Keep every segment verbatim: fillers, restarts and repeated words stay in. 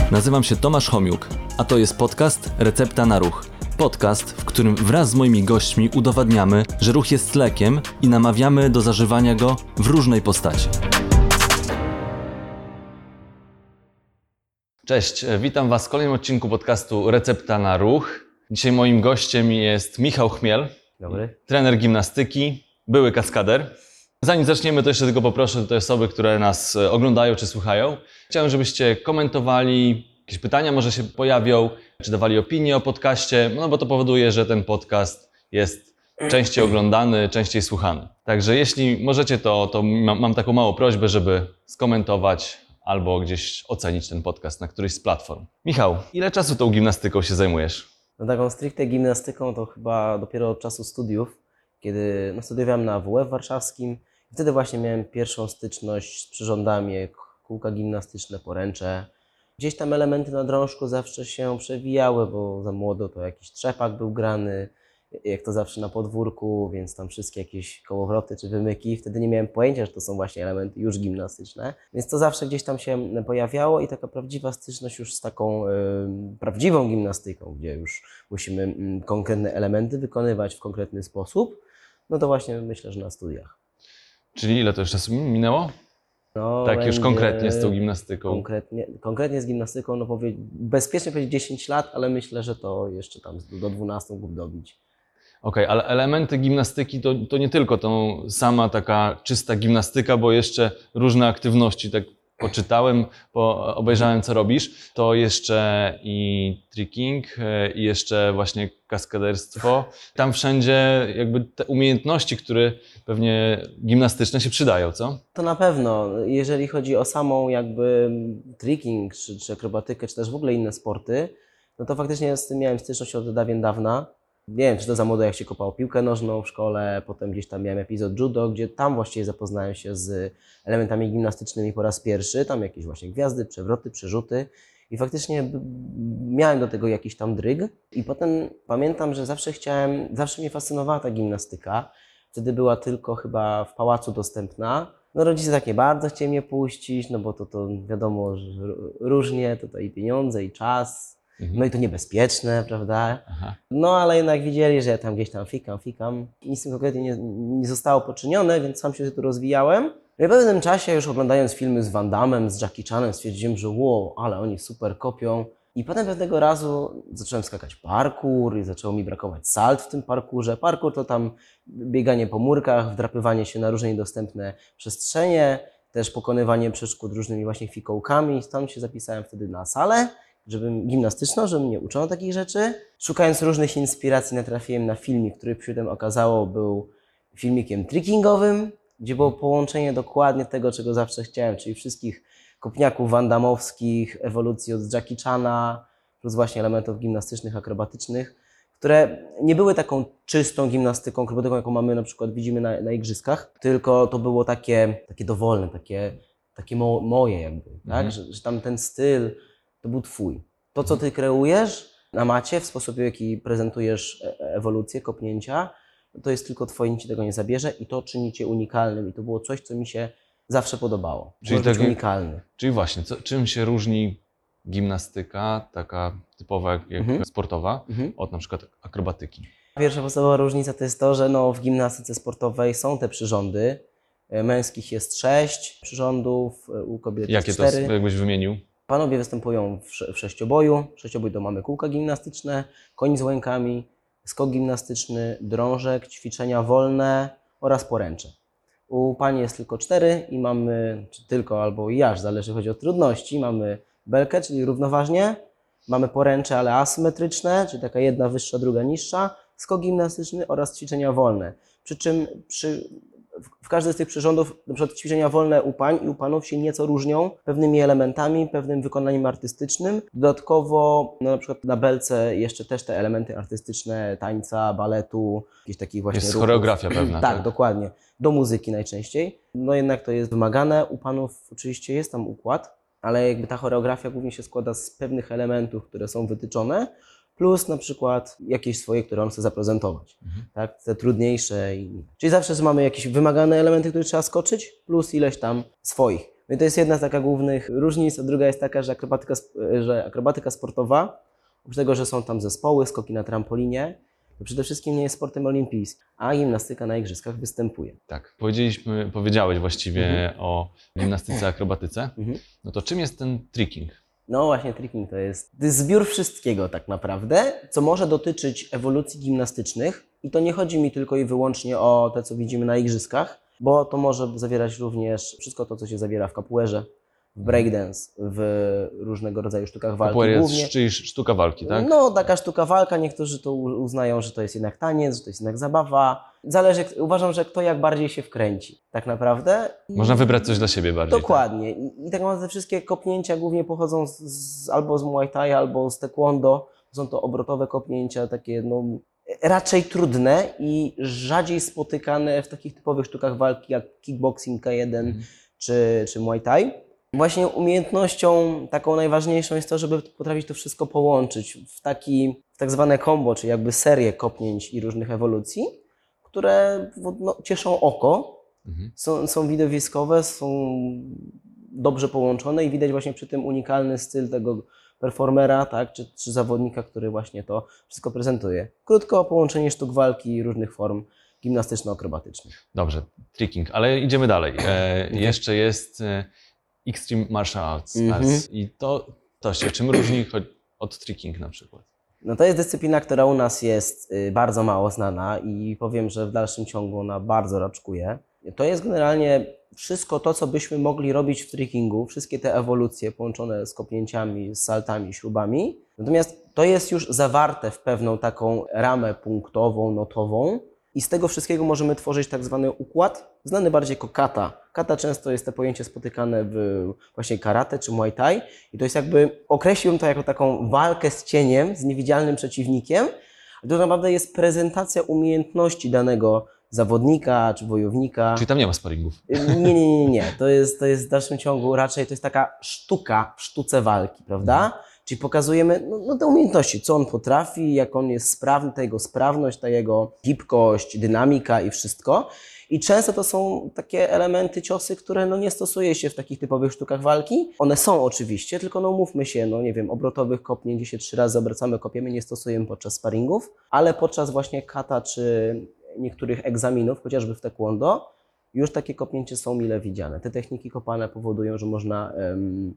Nazywam się Tomasz Homiuk, a to jest podcast Recepta na Ruch. Podcast, w którym wraz z moimi gośćmi udowadniamy, że ruch jest lekiem i namawiamy do zażywania go w różnej postaci. Cześć, witam Was w kolejnym odcinku podcastu Recepta na Ruch. Dzisiaj moim gościem jest Michał Chmiel, Dobry. trener gimnastyki, były kaskader. Zanim zaczniemy, to jeszcze tylko poproszę te osoby, które nas oglądają czy słuchają. Chciałem, żebyście komentowali, jakieś pytania może się pojawią, czy dawali opinie o podcaście, no bo to powoduje, że ten podcast jest częściej oglądany, częściej słuchany. Także jeśli możecie, to, to mam, mam taką małą prośbę, żeby skomentować albo gdzieś ocenić ten podcast na którejś z platform. Michał, ile czasu tą gimnastyką się zajmujesz? No taką stricte gimnastyką to chyba dopiero od czasu studiów, kiedy no, studiowałem na W F warszawskim. Wtedy właśnie miałem pierwszą styczność z przyrządami, jak kółka gimnastyczne, poręcze. Gdzieś tam elementy na drążku zawsze się przewijały, bo za młodo to jakiś trzepak był grany, jak to zawsze na podwórku, więc tam wszystkie jakieś kołowroty czy wymyki. Wtedy nie miałem pojęcia, że to są właśnie elementy już gimnastyczne. Więc to zawsze gdzieś tam się pojawiało i taka prawdziwa styczność już z taką y, prawdziwą gimnastyką, gdzie już musimy y, konkretne elementy wykonywać w konkretny sposób, no to właśnie myślę, że na studiach. Czyli ile to już czasu minęło? No, tak, już będzie konkretnie z tą gimnastyką. Konkretnie, konkretnie z gimnastyką, no powie, bezpiecznie powiedzieć dziesięć lat, ale myślę, że to jeszcze tam do dwunastu mógł dobić. Okej, okay, ale elementy gimnastyki to, to nie tylko tą sama taka czysta gimnastyka, bo jeszcze różne aktywności, tak poczytałem, po, obejrzałem co robisz, to jeszcze i tricking, i jeszcze właśnie kaskaderstwo. Tam wszędzie jakby te umiejętności, które pewnie gimnastyczne się przydają, co? To na pewno. Jeżeli chodzi o samą jakby tricking, czy, czy akrobatykę, czy też w ogóle inne sporty, no to faktycznie z tym miałem styczność od dawien dawna. Nie wiem, czy to za młodo, jak się kopało piłkę nożną w szkole, potem gdzieś tam miałem epizod judo, gdzie tam właściwie zapoznałem się z elementami gimnastycznymi po raz pierwszy, tam jakieś właśnie gwiazdy, przewroty, przerzuty i faktycznie miałem do tego jakiś tam dryg i potem pamiętam, że zawsze chciałem, zawsze mnie fascynowała ta gimnastyka, wtedy była tylko chyba w pałacu dostępna. No rodzice tak nie bardzo chcieli mnie puścić, no bo to, to wiadomo, że różnie, to, to i pieniądze, i czas. No i to niebezpieczne, prawda? Aha. No ale jednak widzieli, że ja tam gdzieś tam fikam, fikam. Nic z tym konkretnie nie, nie zostało poczynione, więc sam się tu rozwijałem. No i w pewnym czasie już oglądając filmy z Van Dammem, z Jackie Chanem, stwierdziłem, że wow, ale oni super kopią. I potem pewnego razu zacząłem skakać parkour i zaczęło mi brakować salt w tym parkourze. Parkour to tam bieganie po murkach, wdrapywanie się na różne niedostępne przestrzenie, też pokonywanie przeszkód różnymi właśnie fikołkami. Tam się zapisałem wtedy na salę, żebym gimnastyczną, żeby mnie uczono takich rzeczy. Szukając różnych inspiracji natrafiłem na filmik, który potem okazało był filmikiem trickingowym, gdzie było połączenie dokładnie tego, czego zawsze chciałem, czyli wszystkich kopniaków wandamowskich, ewolucji od Jackie Chana, plus właśnie elementów gimnastycznych, akrobatycznych, które nie były taką czystą gimnastyką, akrobatyką, jaką mamy na przykład widzimy na, na igrzyskach, tylko to było takie, takie dowolne, takie, takie mo, moje jakby, mhm. tak? Że, że tam ten styl to był twój. To, co ty kreujesz na macie, w sposób, w jaki prezentujesz ewolucję, kopnięcia, to jest tylko twoje, nic ci tego nie zabierze i to czyni cię unikalnym. I to było coś, co mi się zawsze podobało. Czyli tak, unikalny. Czyli właśnie, co, czym się różni gimnastyka, taka typowa, jak, jak mhm. sportowa, mhm. od na przykład akrobatyki? Pierwsza podstawowa różnica to jest to, że no, w gimnastyce sportowej są te przyrządy. Męskich jest sześć przyrządów, u kobiet Jakie jest cztery. Jakie to jakbyś wymienił? Panowie występują w, sze w sześcioboju. W sześcioboju to mamy kółka gimnastyczne, koń z łękami, skok gimnastyczny, drążek, ćwiczenia wolne oraz poręcze. U pani jest tylko cztery i mamy, czy tylko albo i aż, zależy, chodzi o trudności, mamy belkę, czyli równoważnie, mamy poręcze, ale asymetryczne, czyli taka jedna wyższa, druga niższa, skok gimnastyczny oraz ćwiczenia wolne. Przy czym przy W każdym z tych przyrządów, na przykład ćwiczenia wolne u pań i u panów się nieco różnią pewnymi elementami, pewnym wykonaniem artystycznym. Dodatkowo no na przykład na belce jeszcze też te elementy artystyczne, tańca, baletu, jakichś takich właśnie Jest ruchów. choreografia pewna. tak, tak, dokładnie. Do muzyki najczęściej. No jednak to jest wymagane. U panów oczywiście jest tam układ, ale jakby ta choreografia głównie się składa z pewnych elementów, które są wytyczone, plus na przykład jakieś swoje, które on chce zaprezentować, mhm. tak? Te trudniejsze. I... Czyli zawsze mamy jakieś wymagane elementy, które trzeba skoczyć, plus ileś tam swoich. No i to jest jedna z takich głównych różnic, a druga jest taka, że akrobatyka, sp- że akrobatyka sportowa, oprócz tego, że są tam zespoły, skoki na trampolinie, to przede wszystkim nie jest sportem olimpijskim, a gimnastyka na igrzyskach występuje. Tak, powiedzieliśmy, powiedziałeś właściwie Mhm. o gimnastyce, akrobatyce. Mhm. No to czym jest ten tricking? No właśnie, tricking to jest, to jest zbiór wszystkiego tak naprawdę, co może dotyczyć ewolucji gimnastycznych i to nie chodzi mi tylko i wyłącznie o te, co widzimy na igrzyskach, bo to może zawierać również wszystko to, co się zawiera w capoeirze, w breakdance, w różnego rodzaju sztukach walki. Capoeira jest Głównie, czyli sztuka walki, tak? no taka sztuka walka, niektórzy to u- uznają, że to jest jednak taniec, że to jest jednak zabawa. Zależy, uważam, że kto jak bardziej się wkręci tak naprawdę. Można wybrać coś dla siebie bardziej. Dokładnie. I, I tak naprawdę te wszystkie kopnięcia głównie pochodzą z, z, albo z Muay Thai, albo z Taekwondo. Są to obrotowe kopnięcia, takie no, raczej trudne i rzadziej spotykane w takich typowych sztukach walki jak kickboxing K jeden Mhm. czy, czy Muay Thai. Właśnie umiejętnością taką najważniejszą jest to, żeby potrafić to wszystko połączyć w taki w tak zwane combo, czyli jakby serię kopnięć i różnych ewolucji, które no, cieszą oko, Mhm. są, są widowiskowe, są dobrze połączone i widać właśnie przy tym unikalny styl tego performera, tak, czy, czy zawodnika, który właśnie to wszystko prezentuje. Krótko o połączenie sztuk walki i różnych form gimnastyczno-akrobatycznych. Dobrze, tricking, ale idziemy dalej. E, jeszcze jest e, Extreme Martial Arts. Mhm. Arts. I to, to się czym różni cho- od tricking na przykład? No to jest dyscyplina, która u nas jest y, bardzo mało znana i powiem, że w dalszym ciągu ona bardzo raczkuje. To jest generalnie wszystko to, co byśmy mogli robić w trickingu, wszystkie te ewolucje połączone z kopnięciami, z saltami, śrubami. Natomiast to jest już zawarte w pewną taką ramę punktową, notową i z tego wszystkiego możemy tworzyć tak zwany układ, znany bardziej jako kata. Kata często jest to pojęcie spotykane w właśnie karate czy muay thai i to jest jakby, określiłbym to jako taką walkę z cieniem, z niewidzialnym przeciwnikiem, a to naprawdę jest prezentacja umiejętności danego zawodnika czy wojownika. Czyli tam nie ma sparingów. Nie, nie, nie, nie, nie. To jest, to jest w dalszym ciągu raczej, to jest taka sztuka w sztuce walki, prawda? Czyli pokazujemy no, no te umiejętności, co on potrafi, jak on jest sprawny, ta jego sprawność, ta jego gibkość, dynamika i wszystko. I często to są takie elementy, ciosy, które no nie stosuje się w takich typowych sztukach walki. One są oczywiście, tylko no mówmy się, no nie wiem, obrotowych kopnięć, gdzie się trzy razy obracamy, kopiemy, nie stosujemy podczas sparingów, ale podczas właśnie kata czy niektórych egzaminów, chociażby w taekwondo, już takie kopnięcie są mile widziane. Te techniki kopane powodują, że można um,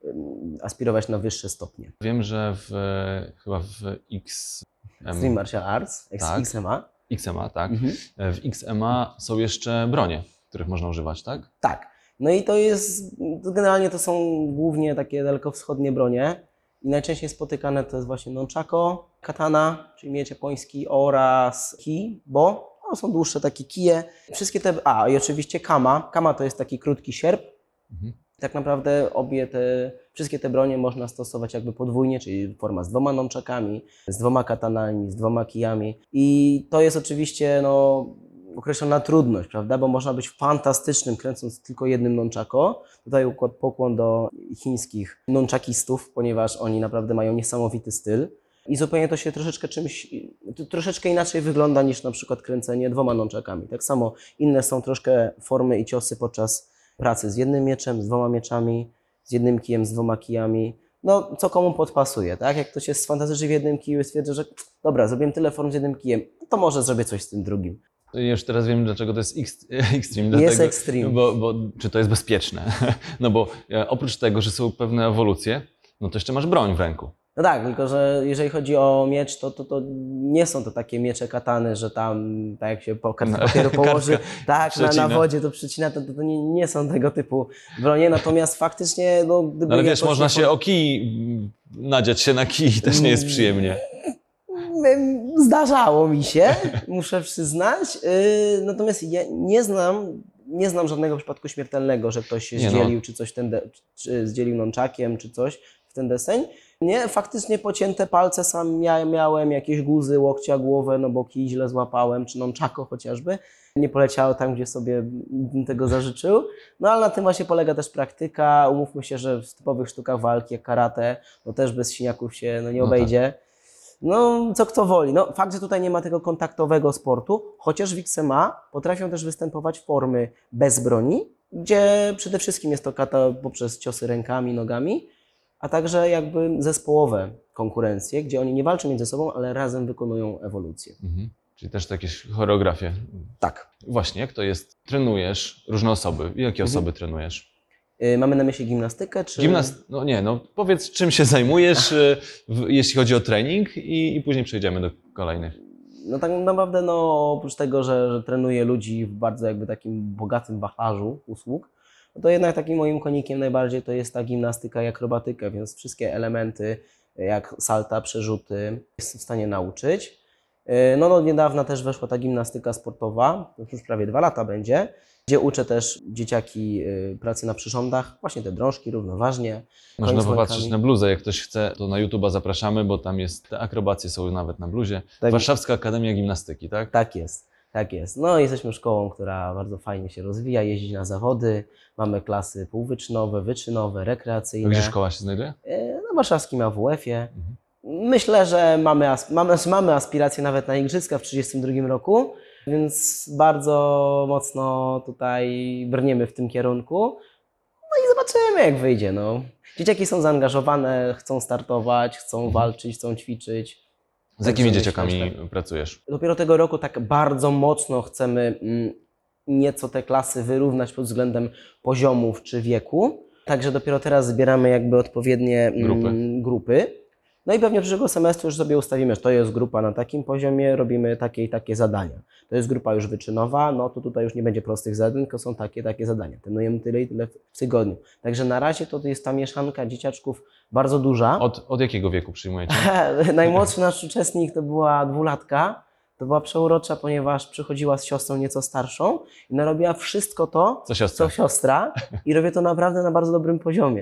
um, aspirować na wyższe stopnie. Wiem, że w, chyba w X M, Extreme Martial Arts, tak. X M A. X M A, tak. Mhm. W X M A są jeszcze bronie, których można używać, tak? Tak. No i to jest, generalnie to są głównie takie dalekowschodnie bronie i najczęściej spotykane to jest właśnie nunchako, katana, czyli miecz japoński oraz ki, bo no, są dłuższe takie kije. Wszystkie te, a i oczywiście kama. Kama to jest taki krótki sierp. Mhm. Tak naprawdę obie te, wszystkie te bronie można stosować jakby podwójnie, czyli forma z dwoma nunchakami, z dwoma katanami, z dwoma kijami. I to jest oczywiście no, określona trudność, prawda? Bo można być fantastycznym kręcąc tylko jednym nunchako. Tutaj układ pokłon do chińskich nunchakistów, ponieważ oni naprawdę mają niesamowity styl. I zupełnie to się troszeczkę czymś, to troszeczkę inaczej wygląda niż na przykład kręcenie dwoma nunchakami. Tak samo inne są troszkę formy i ciosy podczas pracy z jednym mieczem, z dwoma mieczami, z jednym kijem, z dwoma kijami. No, co komu podpasuje, tak? Jak ktoś jest fantastyczny w jednym kiju i stwierdza, że dobra, zrobiłem tyle form z jednym kijem, to może zrobię coś z tym drugim. To już teraz wiem, dlaczego to jest X, Extreme. Jest dlatego, Extreme. Bo, bo, czy to jest bezpieczne? No bo e, oprócz tego, że są pewne ewolucje, no to jeszcze masz broń w ręku. No tak, tylko że jeżeli chodzi o miecz, to, to, to nie są to takie miecze katany, że tam, tak jak się po kartce papieru położy, tak, na, na wodzie to przycina, to, to, to nie, nie są tego typu bronie, natomiast faktycznie, no gdyby... No ale wiesz, jakoś można nie się o kij, mm, nadziać się na kij, też nie jest przyjemnie. Zdarzało mi się, muszę przyznać, yy, natomiast ja nie znam, nie znam żadnego przypadku śmiertelnego, że ktoś się Nie no. zdzielił, czy coś ten, de- czy zdzielił nunchakiem, czy coś w ten deseń. Nie, faktycznie pocięte palce sam ja miałem, jakieś guzy, łokcia, głowę, no bo kij źle złapałem, czy nunchako chociażby. Nie poleciało tam, gdzie sobie bym tego zażyczył. No ale na tym właśnie polega też praktyka. Umówmy się, że w typowych sztukach walki, jak karate, no też bez siniaków się no, nie No obejdzie. No, co kto woli. No, fakt, że tutaj nie ma tego kontaktowego sportu, chociaż w X M A potrafią też występować formy bez broni, gdzie przede wszystkim jest to kata poprzez ciosy rękami, nogami, a także jakby zespołowe konkurencje, gdzie oni nie walczą między sobą, ale razem wykonują ewolucję. Mhm. Czyli też jakieś choreografie. Tak. Właśnie, jak to jest? Trenujesz różne osoby. Jakie Mhm. osoby trenujesz? Y, Mamy na myśli gimnastykę, czy... Gimnast... No nie, no powiedz, czym się zajmujesz, y, w, jeśli chodzi o trening i, i później przejdziemy do kolejnych. No tak naprawdę, no oprócz tego, że, że trenuję ludzi w bardzo jakby takim bogatym wachlarzu usług, no to jednak takim moim konikiem najbardziej to jest ta gimnastyka i akrobatyka, więc wszystkie elementy jak salta, przerzuty jestem w stanie nauczyć. No, no niedawna też weszła ta gimnastyka sportowa, to już prawie dwa lata będzie, gdzie uczę też dzieciaki y, pracy na przyrządach, właśnie te drążki równoważnie. Można koń z popatrzeć łąkami. na bluzę, jak ktoś chce, to na YouTube'a zapraszamy, bo tam jest, te akrobacje są nawet na bluzie. Tak. Warszawska Akademia Gimnastyki, tak? Tak jest, tak jest. No jesteśmy szkołą, która bardzo fajnie się rozwija, jeździ na zawody, mamy klasy półwyczynowe, wyczynowe, rekreacyjne. Gdzie szkoła się znajduje? E, Na warszawskim A W F-ie. Mhm. Myślę, że mamy, asp- mamy, mamy aspiracje nawet na igrzyska w trzydziestym drugim roku, więc bardzo mocno tutaj brniemy w tym kierunku. No i zobaczymy, jak wyjdzie. No. Dzieciaki są zaangażowane, chcą startować, chcą Mhm. walczyć, chcą ćwiczyć. Z jakimi Także dzieciakami myślę, że tak. pracujesz? Dopiero tego roku tak bardzo mocno chcemy mm, nieco te klasy wyrównać pod względem poziomów czy wieku. Także dopiero teraz zbieramy jakby odpowiednie mm, Grupy. grupy. No i pewnie przyszłego semestru już sobie ustawimy, że to jest grupa na takim poziomie, robimy takie i takie zadania. To jest grupa już wyczynowa, no to tutaj już nie będzie prostych zadań, tylko są takie, takie zadania. Trenujemy tyle i tyle w tygodniu. Także na razie to jest ta mieszanka dzieciaczków bardzo duża. Od, od jakiego wieku przyjmujecie? Najmłodszy nasz uczestnik to była dwulatka. To była przeurocza, ponieważ przychodziła z siostrą nieco starszą i narobiła wszystko to, Co siostra? co siostra i robię to naprawdę na bardzo dobrym poziomie.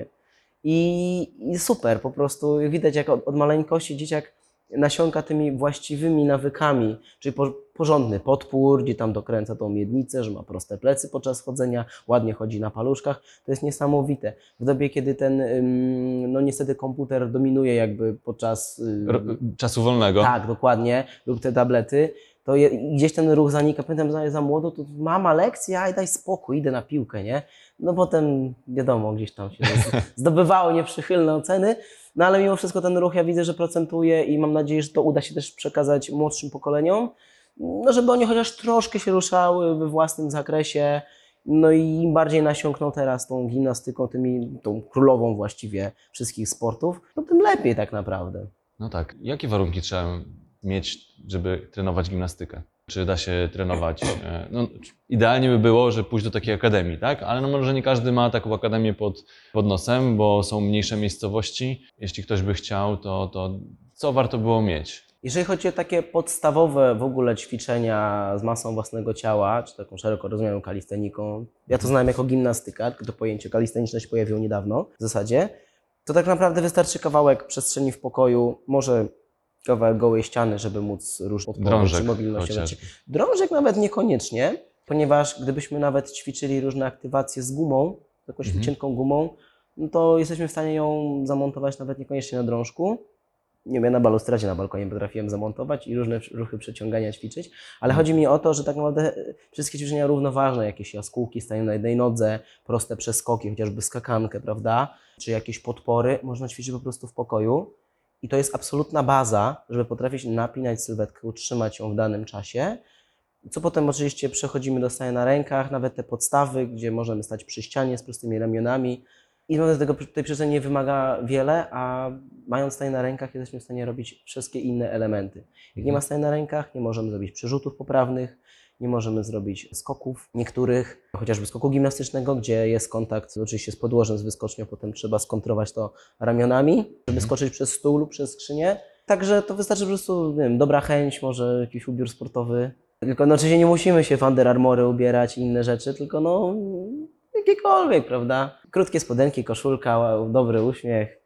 I, i super, po prostu widać jak od, od maleńkości dzieciak nasiąka tymi właściwymi nawykami, czyli po, porządny podpór, gdzie tam dokręca tą miednicę, że ma proste plecy podczas chodzenia, ładnie chodzi na paluszkach. To jest niesamowite. W dobie, kiedy ten, ym, no niestety komputer dominuje jakby podczas... Ym, R- czasu wolnego? tak, dokładnie, lub te tablety, to je, gdzieś ten ruch zanika. Pamiętam, że za młodo, to mama lekcja, i daj spokój, idę na piłkę, nie? No potem, wiadomo, gdzieś tam się z- zdobywało nieprzychylne oceny, no ale mimo wszystko ten ruch ja widzę, że procentuje i mam nadzieję, że to uda się też przekazać młodszym pokoleniom, no żeby oni chociaż troszkę się ruszały we własnym zakresie, no i im bardziej nasiąkną teraz tą gimnastyką, tymi, tą królową właściwie wszystkich sportów, to tym lepiej tak naprawdę. No tak. Jakie warunki trzeba mieć, żeby trenować gimnastykę? Czy da się trenować? e, No, idealnie by było, że pójść do takiej akademii, tak? Ale no może nie każdy ma taką akademię pod, pod nosem, bo są mniejsze miejscowości. Jeśli ktoś by chciał, to, to co warto było mieć? Jeżeli chodzi o takie podstawowe w ogóle ćwiczenia z masą własnego ciała, czy taką szeroko rozumianą kalisteniką, ja to znałem jako gimnastyka, tylko to pojęcie kalisteniczne się pojawiło niedawno w zasadzie, to tak naprawdę wystarczy kawałek przestrzeni w pokoju, może kawałek gołej ściany, żeby móc ruszyć podpory Drążek czy mobilnością. chociaż. Drążek nawet niekoniecznie, ponieważ gdybyśmy nawet ćwiczyli różne aktywacje z gumą, taką Mhm. cienką gumą, no to jesteśmy w stanie ją zamontować nawet niekoniecznie na drążku. Nie wiem, ja na balustradzie na balkonie potrafiłem zamontować i różne ruchy przeciągania ćwiczyć, ale chodzi mi o to, że tak naprawdę wszystkie ćwiczenia równoważne, jakieś jaskółki, stanie na jednej nodze, proste przeskoki, chociażby skakankę, prawda, czy jakieś podpory, można ćwiczyć po prostu w pokoju i to jest absolutna baza, żeby potrafić napinać sylwetkę, utrzymać ją w danym czasie, co potem oczywiście przechodzimy do stania na rękach, nawet te podstawy, gdzie możemy stać przy ścianie z prostymi ramionami. I nawet tego, tej przestrzeni nie wymaga wiele, a mając stanie na rękach jesteśmy w stanie robić wszystkie inne elementy. Jak nie ma stania na rękach, nie możemy zrobić przerzutów poprawnych, nie możemy zrobić skoków niektórych, chociażby skoku gimnastycznego, gdzie jest kontakt oczywiście z podłożem, z wyskocznią, potem trzeba skontrować to ramionami, żeby skoczyć przez stół lub przez skrzynię. Także to wystarczy po prostu, nie wiem, dobra chęć, może jakiś ubiór sportowy. Tylko no, oczywiście nie musimy się w Under Armoury ubierać i inne rzeczy, tylko no jakiekolwiek, prawda? Krótkie spodenki, koszulka, wow, dobry uśmiech,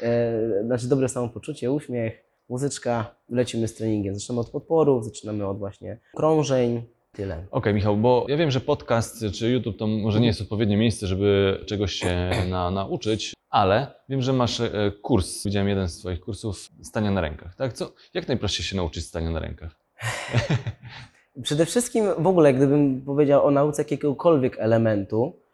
e, znaczy dobre samopoczucie, uśmiech, muzyczka, lecimy z treningiem. Zaczynamy od podporów, zaczynamy od właśnie krążeń, tyle. Okej, Michał, bo ja wiem, że podcast czy YouTube to może nie jest odpowiednie miejsce, żeby czegoś się na, nauczyć, ale wiem, że masz e, kurs. Widziałem jeden z Twoich kursów stania na rękach, tak? Co, jak najprościej się nauczyć stania na rękach? Przede wszystkim w ogóle, gdybym powiedział o nauce jakiegokolwiek elementu,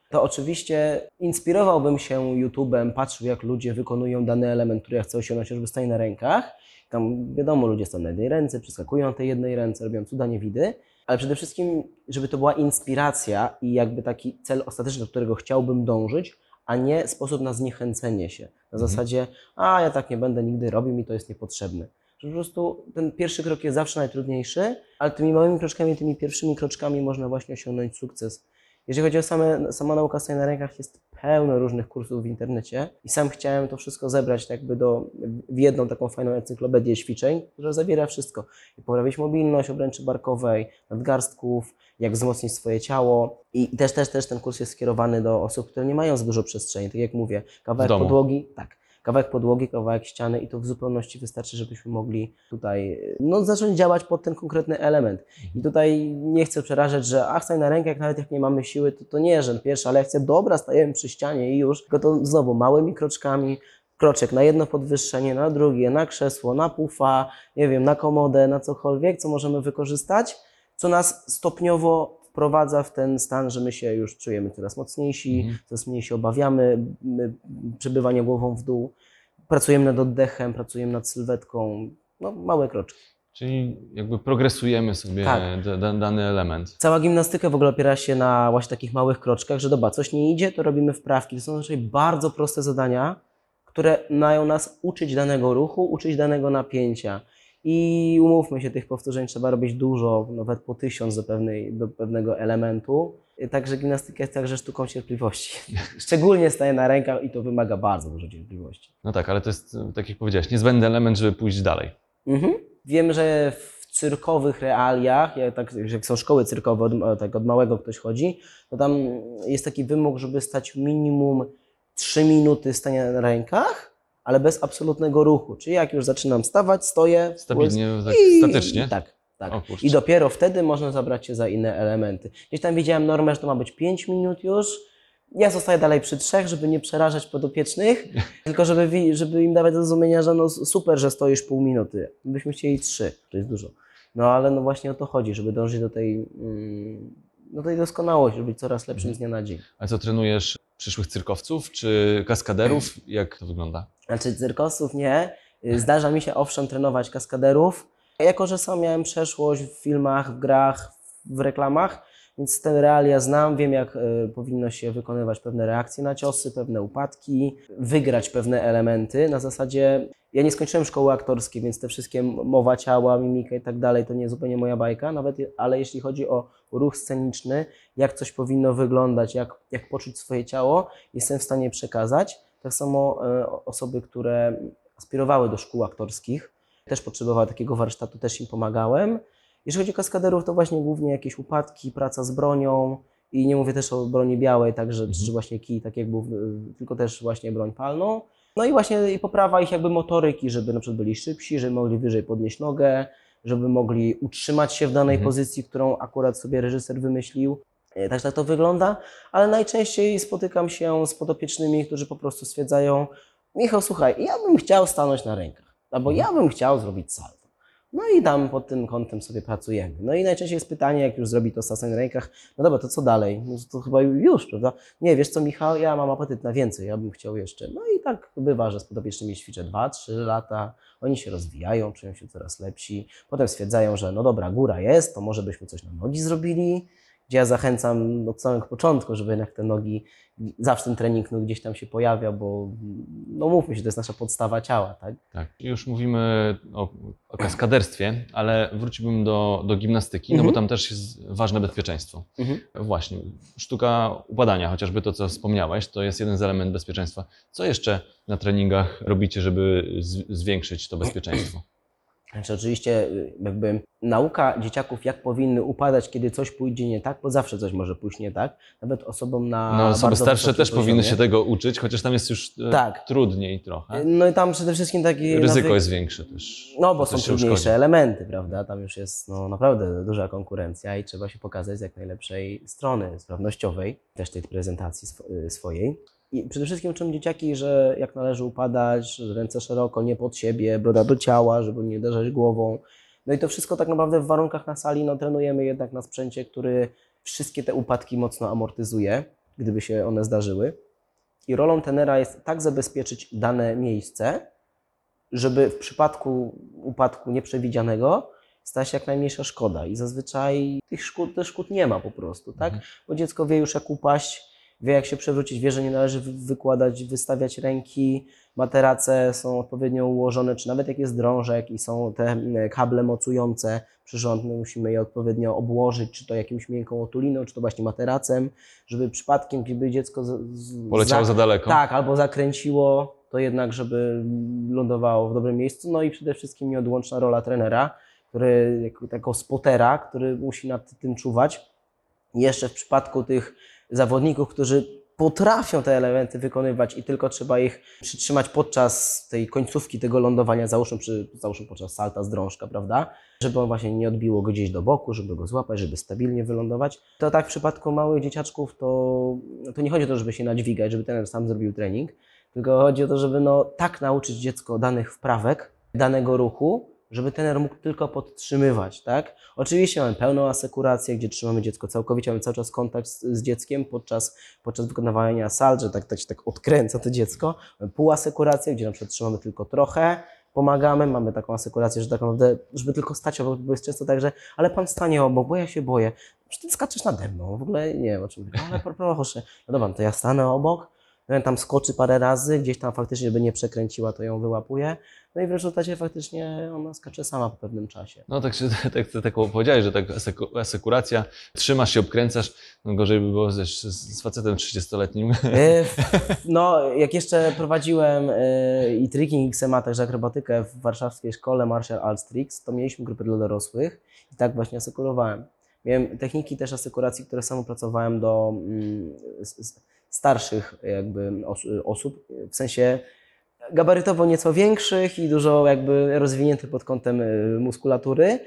to oczywiście inspirowałbym się YouTube'em, patrzył jak ludzie wykonują dany element, który ja chcę osiągnąć, chociażby stanie na rękach. Tam wiadomo, ludzie stoją na jednej ręce, przeskakują na tej jednej ręce, robią cuda niewidy, ale przede wszystkim, żeby to była inspiracja i jakby taki cel ostateczny, do którego chciałbym dążyć, a nie sposób na zniechęcenie się. Na Mhm. zasadzie, a ja tak nie będę nigdy robił, mi to jest niepotrzebne. Że po prostu ten pierwszy krok jest zawsze najtrudniejszy, ale tymi małymi kroczkami, tymi pierwszymi kroczkami można właśnie osiągnąć sukces. Jeżeli chodzi o same, sama nauka stania na rękach, jest pełno różnych kursów w internecie i sam chciałem to wszystko zebrać tak jakby do, w jedną taką fajną encyklopedię ćwiczeń, która zawiera wszystko. Jak poprawić mobilność obręczy barkowej, nadgarstków, jak wzmocnić swoje ciało i też, też, też ten kurs jest skierowany do osób, które nie mają za dużo przestrzeni, tak jak mówię, kawałek domu. podłogi, tak. Kawałek podłogi, kawałek ściany i to w zupełności wystarczy, żebyśmy mogli tutaj no, zacząć działać pod ten konkretny element. I tutaj nie chcę przerażać, że ach, stań na rękach, nawet jak nie mamy siły, to to nie, że pierwsza lekcja, dobra, stajemy przy ścianie i już, tylko to znowu małymi kroczkami, kroczek na jedno podwyższenie, na drugie, na krzesło, na pufa, nie wiem, na komodę, na cokolwiek, co możemy wykorzystać, co nas stopniowo wprowadza w ten stan, że my się już czujemy coraz mocniejsi, Mhm. coraz mniej się obawiamy my, przebywania głową w dół, pracujemy nad oddechem, pracujemy nad sylwetką, no małe kroczki. Czyli jakby progresujemy sobie Tak. da, da, dany element. Cała gimnastyka w ogóle opiera się na właśnie takich małych kroczkach, że dobra, coś nie idzie, to robimy wprawki. To są raczej bardzo proste zadania, które mają nas uczyć danego ruchu, uczyć danego napięcia. I umówmy się, tych powtórzeń trzeba robić dużo, nawet po tysiąc do, pewnej, do pewnego elementu. Także gimnastyka jest także sztuką cierpliwości. Szczególnie staje na rękach i to wymaga bardzo dużo cierpliwości. No tak, ale to jest, tak jak powiedziałeś, niezbędny element, żeby pójść dalej. Mhm. Wiem, że w cyrkowych realiach, jak, tak, jak są szkoły cyrkowe, od, tak od małego ktoś chodzi, to tam jest taki wymóg, żeby stać minimum trzy minuty stania na rękach, ale bez absolutnego ruchu. Czyli jak już zaczynam stawać, stoję. Stabilnie, tak i, statycznie? I, tak, tak. O kurczę. I dopiero wtedy można zabrać się za inne elementy. Gdzieś tam widziałem normę, że to ma być pięć minut już. Ja zostaję dalej przy trzech, żeby nie przerażać podopiecznych, tylko żeby, wi- żeby im dawać do zrozumienia, że no super, że stoisz pół minuty. Byśmy chcieli trzy, to jest dużo. No ale no właśnie o to chodzi, żeby dążyć do tej, mm, do tej doskonałości, żeby być coraz lepszym z dnia na dzień. A co, trenujesz przyszłych cyrkowców czy kaskaderów? Jak to wygląda? Znaczy cyrkosów nie. Zdarza mi się owszem trenować kaskaderów. Jako że sam miałem przeszłość w filmach, w grach, w reklamach, więc te realia znam, wiem jak y, powinno się wykonywać pewne reakcje na ciosy, pewne upadki, wygrać pewne elementy. Na zasadzie, ja nie skończyłem szkoły aktorskiej, więc te wszystkie mowa ciała, mimika i tak dalej, to nie jest zupełnie moja bajka, nawet, je- ale jeśli chodzi o ruch sceniczny, jak coś powinno wyglądać, jak, jak poczuć swoje ciało, jestem w stanie przekazać. Tak samo y, osoby, które aspirowały do szkół aktorskich, też potrzebowały takiego warsztatu, też im pomagałem. Jeżeli chodzi o kaskaderów, to właśnie głównie jakieś upadki, praca z bronią i nie mówię też o broni białej, także Mhm. czy właśnie kij, tak jak był, y, tylko też właśnie broń palną. No i właśnie i poprawa ich jakby motoryki, żeby na przykład byli szybsi, żeby mogli wyżej podnieść nogę, żeby mogli utrzymać się w danej Mhm. pozycji, którą akurat sobie reżyser wymyślił. E, Tak, tak to wygląda, ale najczęściej spotykam się z podopiecznymi, którzy po prostu stwierdzają: Michał, słuchaj, ja bym chciał stanąć na rękach, albo ja bym chciał zrobić salto. No i tam pod tym kątem sobie pracujemy. No i najczęściej jest pytanie, jak już zrobi to stań na rękach, no dobra, to co dalej? No to chyba już, prawda? Nie, wiesz co, Michał, ja mam apetyt na więcej, ja bym chciał jeszcze. No i tak bywa, że z podopiecznymi ćwiczę dwa trzy lata, oni się rozwijają, czują się coraz lepsi, potem stwierdzają, że no dobra, góra jest, to może byśmy coś na nogi zrobili, gdzie ja zachęcam od samego początku, żeby jednak te nogi, zawsze ten trening no, gdzieś tam się pojawia, bo no mówmy się, to jest nasza podstawa ciała, tak? Tak, już mówimy o, o kaskaderstwie, ale wróciłbym do, do gimnastyki, no Mhm. bo tam też jest ważne bezpieczeństwo. Mhm. Właśnie, sztuka upadania, chociażby to, co wspomniałeś, to jest jeden z elementów bezpieczeństwa. Co jeszcze na treningach robicie, żeby z, zwiększyć to bezpieczeństwo? Znaczy oczywiście y, jakby nauka dzieciaków, jak powinny upadać, kiedy coś pójdzie nie tak, bo zawsze coś może pójść nie tak, nawet osobom na No, osoby bardzo starsze wysokim też powinny poziomie. się tego uczyć, chociaż tam jest już e, Tak. trudniej trochę. No i tam przede wszystkim taki Ryzyko nawyk- jest większe też. No bo że są coś się trudniejsze uszkodzi. elementy, prawda? Tam już jest no, naprawdę duża konkurencja i trzeba się pokazać z jak najlepszej strony sprawnościowej, też tej prezentacji sw- y, swojej. I przede wszystkim uczą dzieciaki, że jak należy upadać, że ręce szeroko, nie pod siebie, broda do ciała, żeby nie uderzać głową. No i to wszystko tak naprawdę w warunkach na sali, no trenujemy jednak na sprzęcie, który wszystkie te upadki mocno amortyzuje. gdyby się one zdarzyły. I rolą trenera jest tak zabezpieczyć dane miejsce, żeby w przypadku upadku nieprzewidzianego stała się jak najmniejsza szkoda. I zazwyczaj tych szkód, tych szkód nie ma po prostu, tak? Mhm. Bo dziecko wie już jak upaść, wie jak się przewrócić, wie, że nie należy wy- wykładać, wystawiać ręki, materace są odpowiednio ułożone, czy nawet jak jest drążek i są te mm, kable mocujące przyrząd, my musimy je odpowiednio obłożyć, czy to jakimś miękką otuliną, czy to właśnie materacem, żeby przypadkiem, gdyby dziecko z, z, Poleciało za daleko. tak, albo zakręciło, to jednak, żeby lądowało w dobrym miejscu. No i przede wszystkim nieodłączna rola trenera, który jako, jako spotera, który musi nad tym czuwać. I jeszcze w przypadku tych zawodników, którzy potrafią te elementy wykonywać i tylko trzeba ich przytrzymać podczas tej końcówki tego lądowania, załóżmy, przy, załóżmy podczas salta z drążka, prawda? Żeby on właśnie nie odbiło go gdzieś do boku, żeby go złapać, żeby stabilnie wylądować. To tak w przypadku małych dzieciaczków to, to nie chodzi o to, żeby się nadźwigać, żeby trener sam zrobił trening, tylko chodzi o to, żeby no, tak nauczyć dziecko danych wprawek, danego ruchu, żeby trener mógł tylko podtrzymywać, tak? Oczywiście mamy pełną asekurację, gdzie trzymamy dziecko całkowicie, mamy cały czas kontakt z, z dzieckiem podczas, podczas wykonywania salt, że tak, tak się tak odkręca to dziecko. Mamy półasekurację, gdzie na przykład trzymamy tylko trochę, pomagamy, mamy taką asekurację, że tak naprawdę, żeby tylko stać obok, bo jest często tak, że ale pan stanie obok, bo ja się boję. Czy ty skaczesz nade mną? W ogóle nie wiem o czym mówię, ale proszę. No dobra, no to ja stanę obok, no tam skoczy parę razy, gdzieś tam faktycznie, żeby nie przekręciła, to ją wyłapuje. No i w rezultacie faktycznie ona skacze sama po pewnym czasie. No tak, się, tak, tak, tak powiedziałeś, że tak aseku- asekuracja, trzymasz się, obkręcasz, no gorzej by było z, z, z facetem trzydziestoletnim. E, No, jak jeszcze prowadziłem e, i tricking X M A, także akrobatykę w warszawskiej szkole Martial Arts Tricks, to mieliśmy grupy dla dorosłych i tak właśnie asekurowałem. Miałem techniki też asekuracji, które sam opracowałem do mm, s- s- starszych jakby os osób, w sensie gabarytowo nieco większych i dużo jakby rozwiniętych pod kątem y, muskulatury.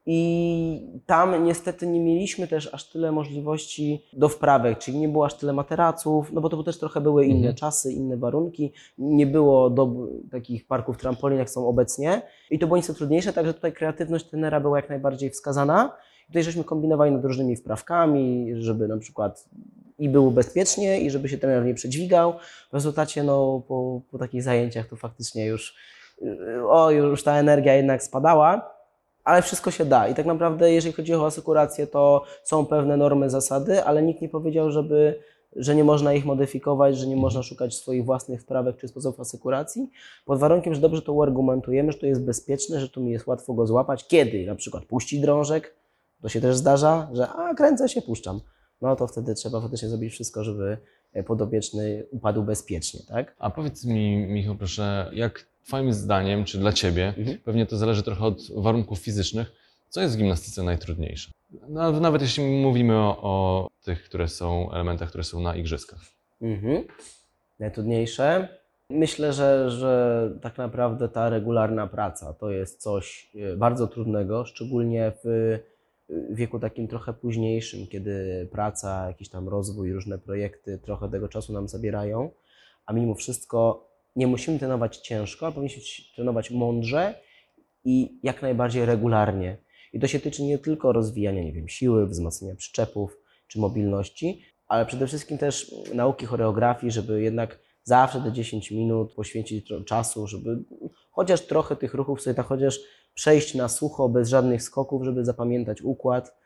I tam niestety nie mieliśmy też aż tyle możliwości do wprawek, czyli nie było aż tyle materaców, no bo to też trochę były inne Mhm. czasy, inne warunki. Nie było do, takich parków trampolin, jak są obecnie. I to było nieco trudniejsze, także tutaj kreatywność trenera była jak najbardziej wskazana. Tutaj żeśmy kombinowali nad różnymi wprawkami, żeby na przykład i było bezpiecznie, i żeby się trener nie przedźwigał. W rezultacie no, po, po takich zajęciach to faktycznie już, o, już ta energia jednak spadała, ale wszystko się da. I tak naprawdę, jeżeli chodzi o asekurację, to są pewne normy, zasady, ale nikt nie powiedział, żeby, że nie można ich modyfikować, że nie można szukać swoich własnych wprawek czy sposobów asekuracji, pod warunkiem, że dobrze to uargumentujemy, że to jest bezpieczne, że tu mi jest łatwo go złapać. Kiedy na przykład puści drążek, to się też zdarza, że a kręcę się, puszczam. No to wtedy trzeba faktycznie zrobić wszystko, żeby podopieczny upadł bezpiecznie, tak? A powiedz mi, Michał, proszę, jak Twoim zdaniem, czy dla Ciebie, Mhm. pewnie to zależy trochę od warunków fizycznych, co jest w gimnastyce najtrudniejsze? No, nawet jeśli mówimy o, o tych, które są, elementach, które są na igrzyskach. Mhm. Najtrudniejsze. Myślę, że, że tak naprawdę ta regularna praca to jest coś e, bardzo trudnego, szczególnie w e, wieku takim trochę późniejszym, kiedy praca, jakiś tam rozwój, różne projekty trochę tego czasu nam zabierają, a mimo wszystko nie musimy trenować ciężko, a powinniśmy trenować mądrze i jak najbardziej regularnie. I to się tyczy nie tylko rozwijania, nie wiem, siły, wzmacniania przyczepów czy mobilności, ale przede wszystkim też nauki choreografii, żeby jednak zawsze te dziesięć minut poświęcić tro- czasu, żeby chociaż trochę tych ruchów sobie tak chociaż przejść na sucho, bez żadnych skoków, żeby zapamiętać układ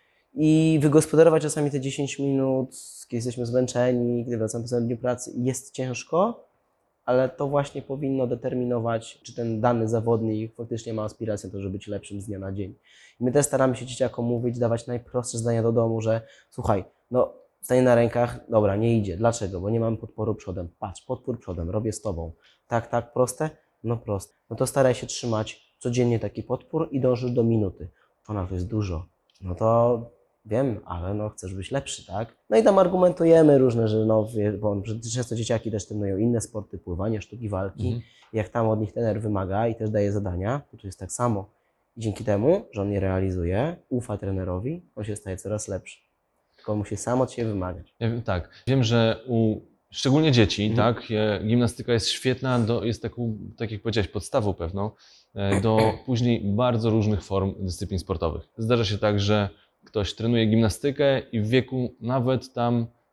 i wygospodarować czasami te dziesięć minut, kiedy jesteśmy zmęczeni, kiedy wracamy po całym dniu pracy i jest ciężko, ale to właśnie powinno determinować, czy ten dany zawodnik faktycznie ma aspirację na to, żeby być lepszym z dnia na dzień. I my też staramy się dzieciakom mówić, dawać najprostsze zdania do domu, że słuchaj, no stanie na rękach, dobra, nie idzie. Dlaczego? Bo nie mam podporu przodem. Patrz, podpór przodem, robię z tobą. Tak, tak, proste? No proste. No to staraj się trzymać codziennie taki podpór i dążysz do minuty. Ona to jest dużo. No to wiem, ale no chcesz być lepszy, tak? No i tam argumentujemy różne, że no, wie- bo często dzieciaki też trenują inne sporty, pływanie, sztuki walki. Mhm. Jak tam od nich trener wymaga i też daje zadania, to tu jest tak samo. I dzięki temu, że on je realizuje, ufa trenerowi, on się staje coraz lepszy. Tylko musi sam od siebie wymagać. Ja wiem, tak, wiem, że u szczególnie dzieci, Mhm. tak, je- gimnastyka jest świetna, do, jest taką, tak jak powiedziałeś, podstawą pewną e, do później bardzo różnych form dyscyplin sportowych. Zdarza się tak, że ktoś trenuje gimnastykę i w wieku nawet tam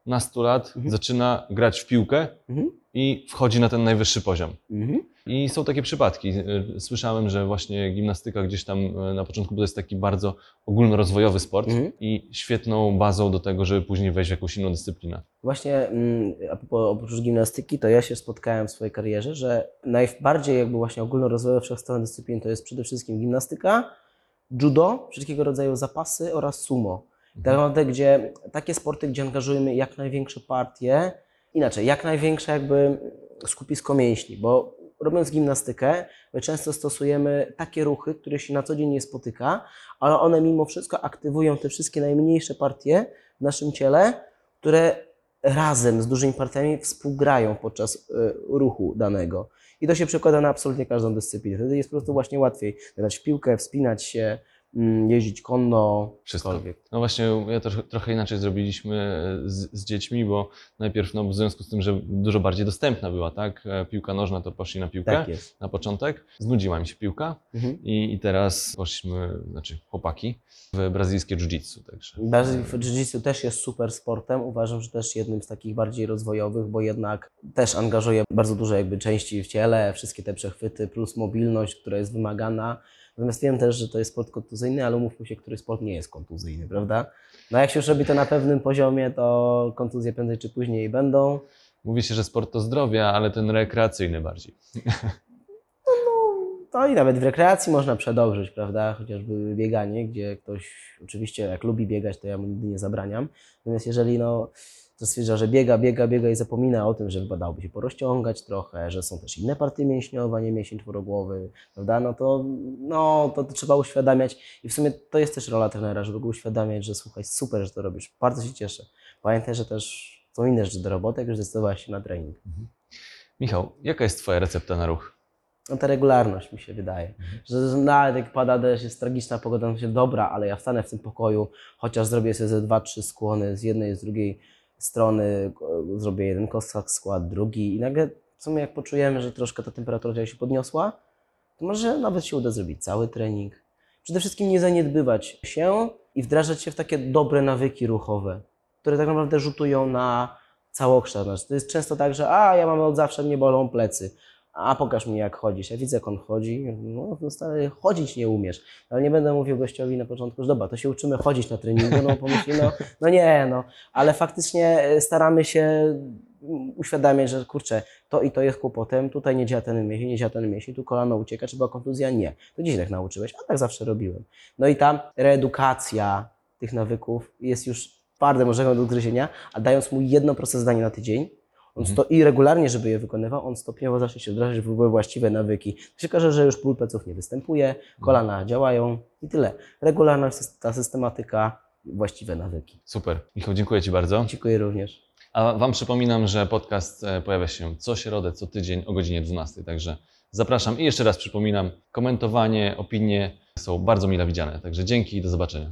nastu lat Mhm. zaczyna grać w piłkę Mhm. i wchodzi na ten najwyższy poziom. Mhm. I są takie przypadki. Y, Słyszałem, że właśnie gimnastyka gdzieś tam y, na początku to jest taki bardzo ogólnorozwojowy sport Mhm. i świetną bazą do tego, żeby później wejść w jakąś inną dyscyplinę. Właśnie mm, a propos, oprócz gimnastyki, to ja się spotkałem w swojej karierze, że najbardziej jakby właśnie ogólnorozwojowe wszechstronne dyscypliny to jest przede wszystkim gimnastyka, judo, wszelkiego rodzaju zapasy oraz sumo. Tak naprawdę, gdzie takie sporty, gdzie angażujemy jak największe partie, inaczej, jak największe jakby skupisko mięśni, bo robiąc gimnastykę, my często stosujemy takie ruchy, które się na co dzień nie spotyka, ale one mimo wszystko aktywują te wszystkie najmniejsze partie w naszym ciele, które razem z dużymi partiami współgrają podczas y, ruchu danego. I to się przekłada na absolutnie każdą dyscyplinę. Wtedy jest po prostu właśnie łatwiej grać w piłkę, wspinać się, mm, jeździć konno, Wszystko. cokolwiek. No właśnie, ja trochę, trochę inaczej zrobiliśmy z, z dziećmi, bo najpierw no, w związku z tym, że dużo bardziej dostępna była, tak? E, Piłka nożna, to poszli na piłkę Tak jest. na początek. Znudziła mi się piłka Mhm. i, i teraz poszliśmy, znaczy chłopaki, w brazylijskie jiu-jitsu. Także. Bardziej jiu-jitsu też jest super sportem. Uważam, że też jednym z takich bardziej rozwojowych, bo jednak też angażuje bardzo dużo jakby części w ciele, wszystkie te przechwyty plus mobilność, która jest wymagana. Natomiast wiem też, że to jest sport kontuzyjny, ale umówmy się, który sport nie jest kontuzyjny, prawda? No jak się już robi to na pewnym poziomie, to kontuzje prędzej czy później będą. Mówi się, że sport to zdrowie, ale ten rekreacyjny bardziej. To i nawet w rekreacji można przedobrzyć, prawda? Chociażby bieganie, gdzie ktoś oczywiście jak lubi biegać, to ja mu nigdy nie zabraniam. Natomiast jeżeli no, to stwierdza, że biega, biega, biega i zapomina o tym, że chyba dałoby się porozciągać trochę, że są też inne partie mięśniowe, nie mięsień czworogłowy, prawda? No to, no to, to trzeba uświadamiać i w sumie to jest też rola trenera, żeby go uświadamiać, że słuchaj, super, że to robisz, bardzo się cieszę. Pamiętaj, że też są inne rzeczy do roboty, jak już zdecydowałeś się na trening. Michał, jaka jest Twoja recepta na ruch? No ta regularność mi się wydaje, że że nawet jak pada deszcz, jest tragiczna pogoda, to się dobra, ale ja wstanę w tym pokoju, chociaż zrobię sobie ze dwa, trzy skłony z jednej, z drugiej strony, ko- zrobię jeden kostak skład, drugi i nagle w sumie jak poczujemy, że troszkę ta temperatura się podniosła, to może nawet się uda zrobić cały trening. Przede wszystkim nie zaniedbywać się i wdrażać się w takie dobre nawyki ruchowe, które tak naprawdę rzutują na całokształt nasz. To jest często tak, że a ja mam od zawsze, mnie bolą plecy. A pokaż mi jak chodzisz. Ja widzę jak on chodzi. No, no stary, chodzić nie umiesz. Ale nie będę mówił gościowi na początku, że dobra, to się uczymy chodzić na treningu. No pomyśli, no, no nie, no. Ale faktycznie staramy się uświadamiać, że kurczę, to i to jest kłopotem, tutaj nie działa ten mięsień, nie działa ten mięsień, tu kolano ucieka, czy była kontuzja? Nie. To dziś tak nauczyłeś, a tak zawsze robiłem. No i ta reedukacja tych nawyków jest już twardym orzechem do ugryzienia, a dając mu jedno proste zadanie na tydzień, on sto i regularnie, żeby je wykonywał, on stopniowo zacznie się wdrażać w właściwe nawyki. To się okaże, że już ból pleców nie występuje, kolana działają i tyle. Regularność, ta systematyka, właściwe nawyki. Super. Michał, dziękuję Ci bardzo. Dziękuję również. A Wam przypominam, że podcast e, pojawia się co środę, co tydzień o godzinie dwunastej, także zapraszam i jeszcze raz przypominam, komentowanie, opinie są bardzo mile widziane, także dzięki i do zobaczenia.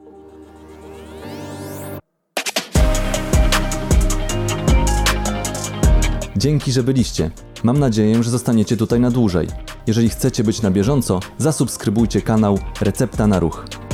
Dzięki, że byliście. Mam nadzieję, że zostaniecie tutaj na dłużej. Jeżeli chcecie być na bieżąco, zasubskrybujcie kanał Recepta na Ruch.